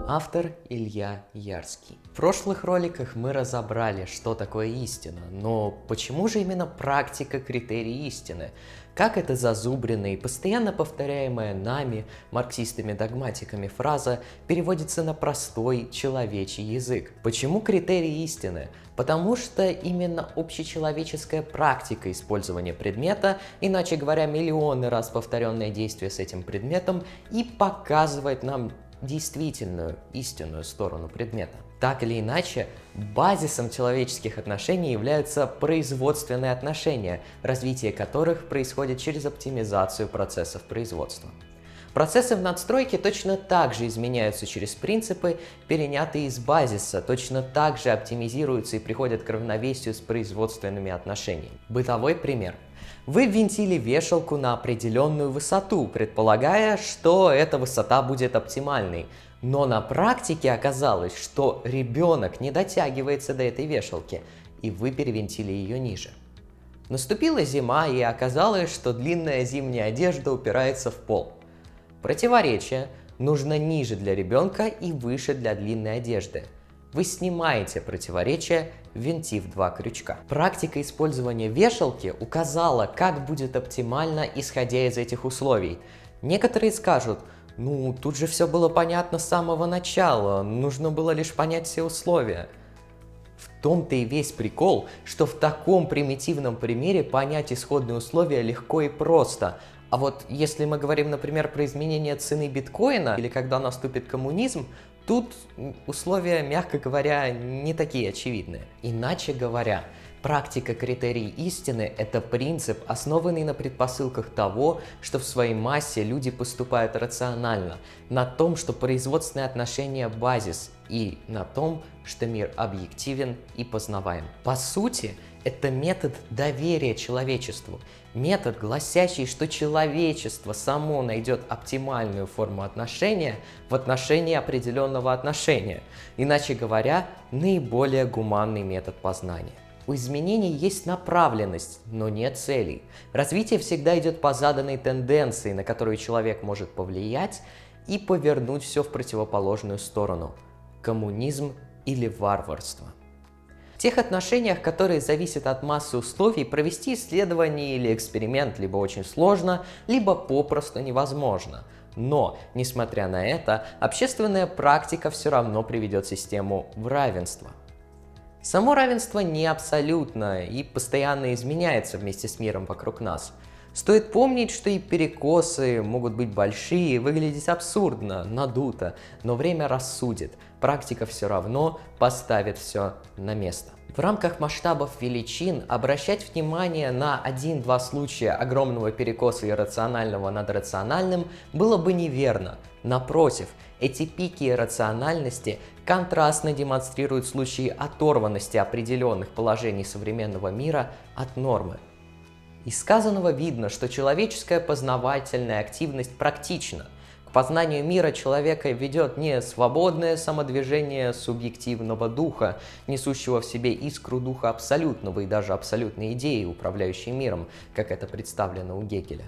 Автор Илья Ярский. В прошлых роликах мы разобрали, что такое истина, но почему же именно практика критерий истины? Как эта зазубренная и постоянно повторяемая нами, марксистами-догматиками, фраза переводится на простой человечий язык? Почему критерии истины? Потому что именно общечеловеческая практика использования предмета, иначе говоря, миллионы раз повторенное действие с этим предметом, и показывает нам действительную, истинную сторону предмета. Так или иначе, базисом человеческих отношений являются производственные отношения, развитие которых происходит через оптимизацию процессов производства. Процессы в надстройке точно так же изменяются через принципы, перенятые из базиса, точно так же оптимизируются и приходят к равновесию с производственными отношениями. Бытовой пример. Вы ввинтили вешалку на определенную высоту, предполагая, что эта высота будет оптимальной. Но на практике оказалось, что ребенок не дотягивается до этой вешалки, и вы перевинтили ее ниже. Наступила зима, и оказалось, что длинная зимняя одежда упирается в пол. Противоречие: нужно ниже для ребенка и выше для длинной одежды. Вы снимаете противоречие, ввинтив два крючка. Практика использования вешалки указала, как будет оптимально, исходя из этих условий. Некоторые скажут: ну, тут же все было понятно с самого начала, нужно было лишь понять все условия. В том-то и весь прикол, что в таком примитивном примере понять исходные условия легко и просто. А вот если мы говорим, например, про изменение цены биткоина или когда наступит коммунизм, тут условия, мягко говоря, не такие очевидные. Иначе говоря, практика критерий истины – это принцип, основанный на предпосылках того, что в своей массе люди поступают рационально, на том, что производственные отношения – базис, и на том, что мир объективен и познаваем. По сути, это метод доверия человечеству, метод, гласящий, что человечество само найдет оптимальную форму отношения в отношении определенного отношения, иначе говоря, наиболее гуманный метод познания. У изменений есть направленность, но нет целей. Развитие всегда идет по заданной тенденции, на которую человек может повлиять и повернуть все в противоположную сторону – коммунизм или варварство. В тех отношениях, которые зависят от массы условий, провести исследование или эксперимент либо очень сложно, либо попросту невозможно. Но, несмотря на это, общественная практика все равно приведет систему в равенство. Само равенство не абсолютно и постоянно изменяется вместе с миром вокруг нас. Стоит помнить, что и перекосы могут быть большие, выглядеть абсурдно, надуто, но время рассудит, практика все равно поставит все на место. В рамках масштабов величин обращать внимание на один-два случая огромного перекоса иррационального над рациональным было бы неверно. Напротив, эти пики иррациональности контрастно демонстрируют случаи оторванности определенных положений современного мира от нормы. Из сказанного видно, что человеческая познавательная активность практична. К познанию мира человека ведет не свободное самодвижение субъективного духа, несущего в себе искру духа абсолютного и даже абсолютной идеи, управляющей миром, как это представлено у Гегеля.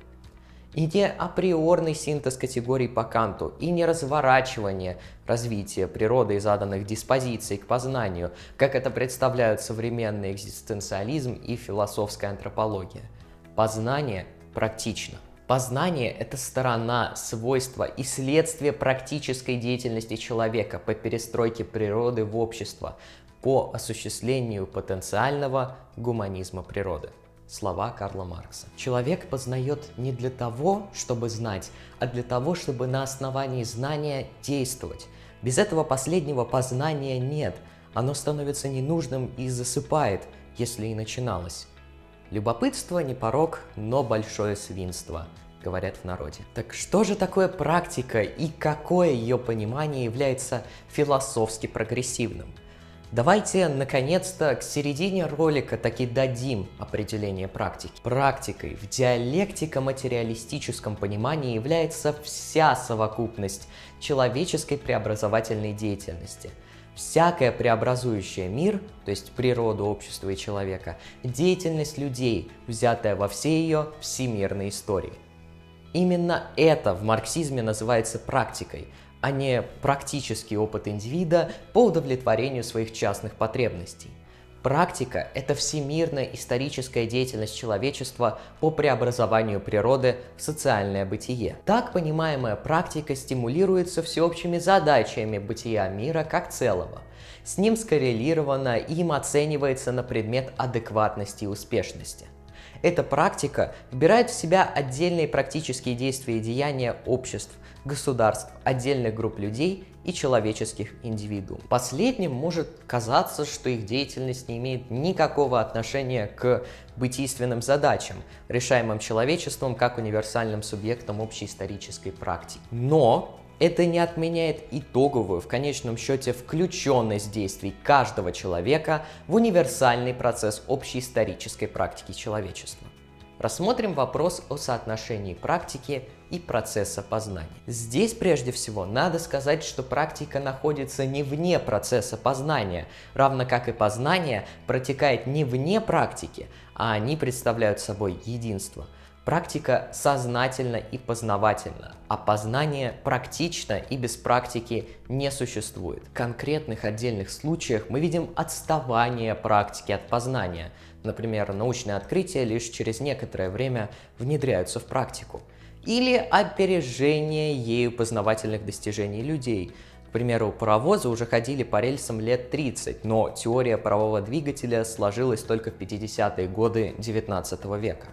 И не априорный синтез категорий по Канту, и не разворачивание развития природы и заданных диспозиций к познанию, как это представляют современный экзистенциализм и философская антропология. Познание практично. Познание – это сторона, свойства и следствие практической деятельности человека по перестройке природы в общество, по осуществлению потенциального гуманизма природы. Слова Карла Маркса. Человек познает не для того, чтобы знать, а для того, чтобы на основании знания действовать. Без этого последнего познания нет, оно становится ненужным и засыпает, если и начиналось. Любопытство не порок, но большое свинство, говорят в народе. Так что же такое практика и какое ее понимание является философски прогрессивным? Давайте, наконец-то, к середине ролика таки дадим определение практики. Практикой в диалектико-материалистическом понимании является вся совокупность человеческой преобразовательной деятельности. Всякое преобразующее мир, то есть природу, общество и человека, деятельность людей, взятая во всей ее всемирной истории. Именно это в марксизме называется практикой. а не практический опыт индивида по удовлетворению своих частных потребностей. Практика – это всемирная историческая деятельность человечества по преобразованию природы в социальное бытие. Так понимаемая практика стимулируется всеобщими задачами бытия мира как целого. С ним скоррелировано и им оценивается на предмет адекватности и успешности. Эта практика вбирает в себя отдельные практические действия и деяния обществ, государств, отдельных групп людей и человеческих индивидуумов. Последним может казаться, что их деятельность не имеет никакого отношения к бытийственным задачам, решаемым человечеством как универсальным субъектом общей исторической практики. Но это не отменяет итоговую, в конечном счете, включенность действий каждого человека в универсальный процесс общей исторической практики человечества. Рассмотрим вопрос о соотношении практики и процесса познания. Здесь прежде всего надо сказать, что практика находится не вне процесса познания, равно как и познание протекает не вне практики, а они представляют собой единство. Практика сознательна и познавательна, а познание практично и без практики не существует. В конкретных отдельных случаях мы видим отставание практики от познания. Например, научные открытия лишь через некоторое время внедряются в практику. Или опережение ею познавательных достижений людей. К примеру, паровозы уже ходили по рельсам лет 30, но теория парового двигателя сложилась только в 50-е годы XIX века.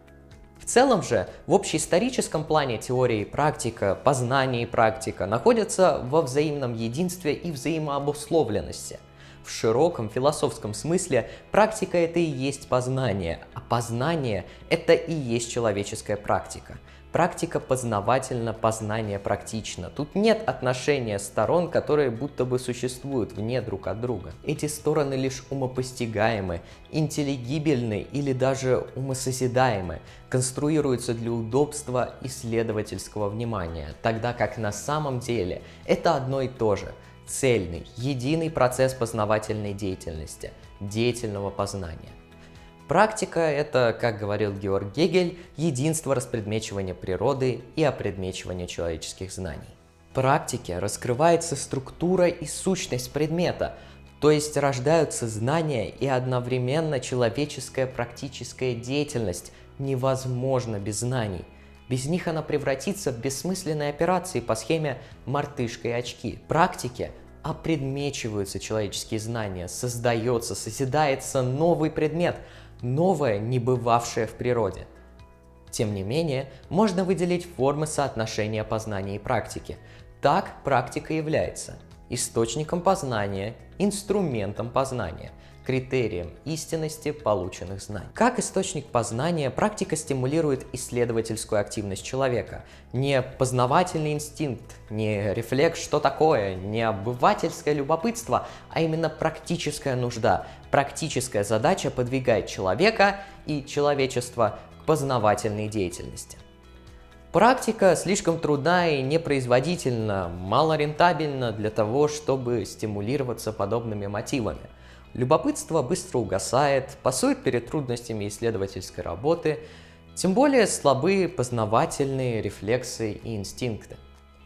В целом же, в общеисторическом плане теория и практика, познание и практика находятся во взаимном единстве и взаимообусловленности. В широком философском смысле практика – это и есть познание, а познание – это и есть человеческая практика. Практика познавательна, познание практично. Тут нет отношения сторон, которые будто бы существуют вне друг от друга. Эти стороны лишь умопостигаемы, интеллигибельны или даже умосозидаемы, конструируются для удобства исследовательского внимания, тогда как на самом деле это одно и то же – цельный, единый процесс познавательной деятельности, деятельного познания. Практика – это, как говорил Георг Гегель, единство распредмечивания природы и опредмечивания человеческих знаний. В практике раскрывается структура и сущность предмета, то есть рождаются знания и одновременно человеческая практическая деятельность невозможна без знаний. Без них она превратится в бессмысленные операции по схеме «мартышка и очки». В практике опредмечиваются человеческие знания, создается, созидается новый предмет – новое, не бывавшее в природе. Тем не менее, можно выделить формы соотношения познания и практики. Так, практика является источником познания, инструментом познания, критерием истинности полученных знаний. Как источник познания, практика стимулирует исследовательскую активность человека. Не познавательный инстинкт, не рефлекс «что такое», не обывательское любопытство, а именно практическая нужда. Практическая задача подвигает человека и человечество к познавательной деятельности. Практика слишком трудна и непроизводительна, малорентабельна для того, чтобы стимулироваться подобными мотивами. Любопытство быстро угасает, пасует перед трудностями исследовательской работы, тем более слабы познавательные рефлексы и инстинкты.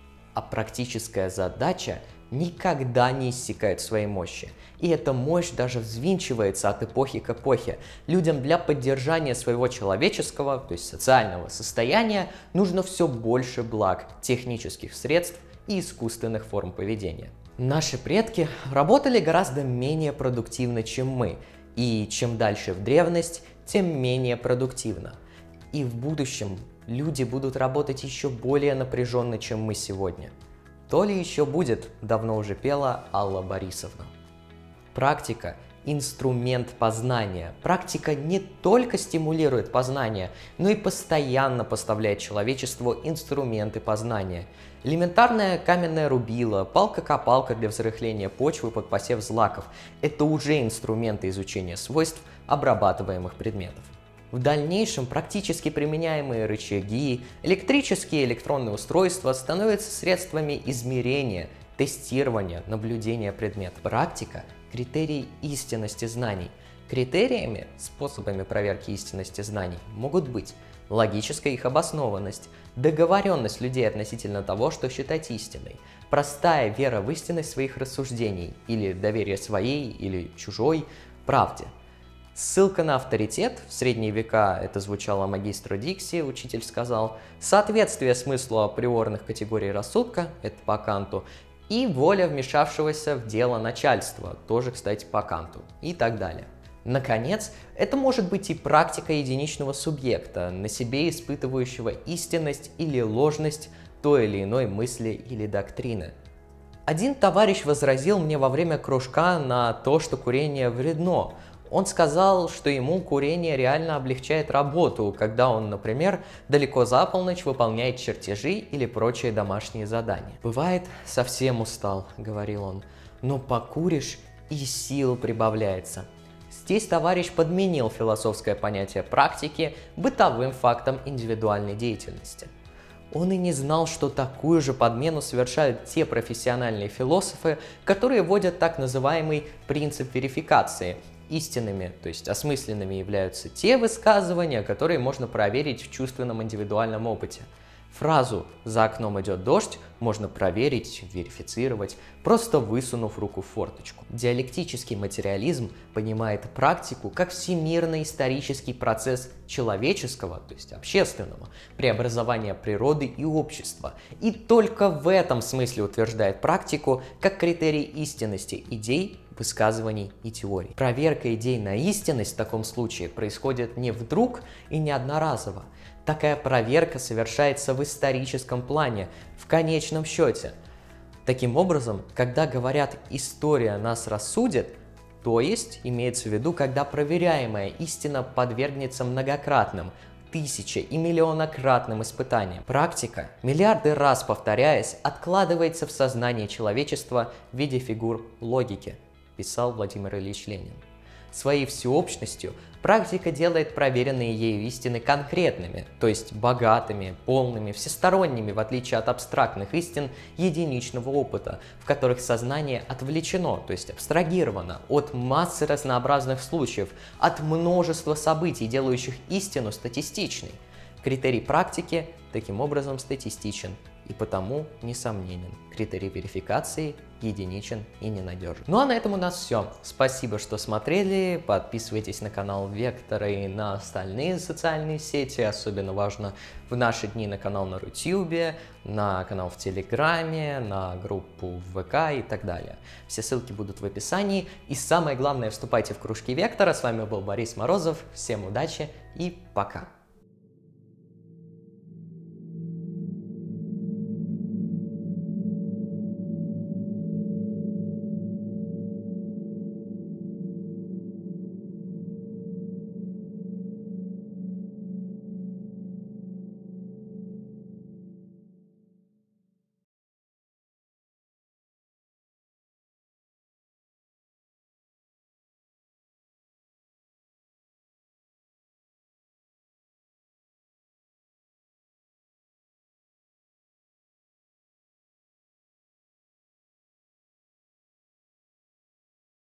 А практическая задача никогда не иссякает своей мощи, и эта мощь даже взвинчивается от эпохи к эпохе. Людям для поддержания своего человеческого, то есть социального состояния, нужно все больше благ, технических средств и искусственных форм поведения. Наши предки работали гораздо менее продуктивно, чем мы, и чем дальше в древность, тем менее продуктивно. И в будущем люди будут работать еще более напряженно, чем мы сегодня. То ли еще будет, давно уже пела Алла Борисовна. Практика – инструмент познания. Практика не только стимулирует познание, но и постоянно поставляет человечеству инструменты познания. Элементарная каменная рубила, палка-копалка для взрыхления почвы под посев злаков – это уже инструменты изучения свойств обрабатываемых предметов. В дальнейшем практически применяемые рычаги, электрические и электронные устройства становятся средствами измерения, тестирования, наблюдения предметов. Практика – критерий истинности знаний. Критериями, способами проверки истинности знаний могут быть логическая их обоснованность, договоренность людей относительно того, что считать истиной, простая вера в истинность своих рассуждений или доверие своей или чужой правде. Ссылка на авторитет, в средние века это звучало магистро Дикси, учитель сказал, соответствие смыслу априорных категорий рассудка, это по Канту, и воля вмешавшегося в дело начальства, тоже, кстати, по Канту, и так далее. Наконец, это может быть и практика единичного субъекта, на себе испытывающего истинность или ложность той или иной мысли или доктрины. Один товарищ возразил мне во время кружка на то, что курение вредно. Он сказал, что ему курение реально облегчает работу, когда он, например, далеко за полночь выполняет чертежи или прочие домашние задания. «Бывает, совсем устал», — говорил он, — «но покуришь, и сил прибавляется». Здесь товарищ подменил философское понятие практики бытовым фактом индивидуальной деятельности. Он и не знал, что такую же подмену совершают те профессиональные философы, которые вводят так называемый принцип верификации. Истинными, то есть осмысленными, являются те высказывания, которые можно проверить в чувственном индивидуальном опыте. Фразу «за окном идет дождь» можно проверить, верифицировать, просто высунув руку в форточку. Диалектический материализм понимает практику как всемирный исторический процесс человеческого, то есть общественного, преобразования природы и общества. И только в этом смысле утверждает практику как критерий истинности идей, высказываний и теорий. Проверка идей на истинность в таком случае происходит не вдруг и не одноразово. Такая проверка совершается в историческом плане, в конечном счете. Таким образом, когда говорят «история нас рассудит», то есть имеется в виду, когда проверяемая истина подвергнется многократным, тысяче- и миллионократным испытаниям. Практика, миллиарды раз повторяясь, откладывается в сознании человечества в виде фигур логики, писал Владимир Ильич Ленин. Своей всеобщностью практика делает проверенные ею истины конкретными, то есть богатыми, полными, всесторонними, в отличие от абстрактных истин единичного опыта, в которых сознание отвлечено, то есть абстрагировано от массы разнообразных случаев, от множества событий, делающих истину статистичной. Критерий практики таким образом статистичен и потому несомненен. Критерий верификации единичен и ненадежен. Ну а на этом у нас все. Спасибо, что смотрели. Подписывайтесь на канал Вектора и на остальные социальные сети. Особенно важно в наши дни на канал на Рутюбе, на канал в Телеграме, на группу в ВК и так далее. Все ссылки будут в описании. И самое главное, вступайте в кружки Вектора. С вами был Борис Морозов. Всем удачи и пока!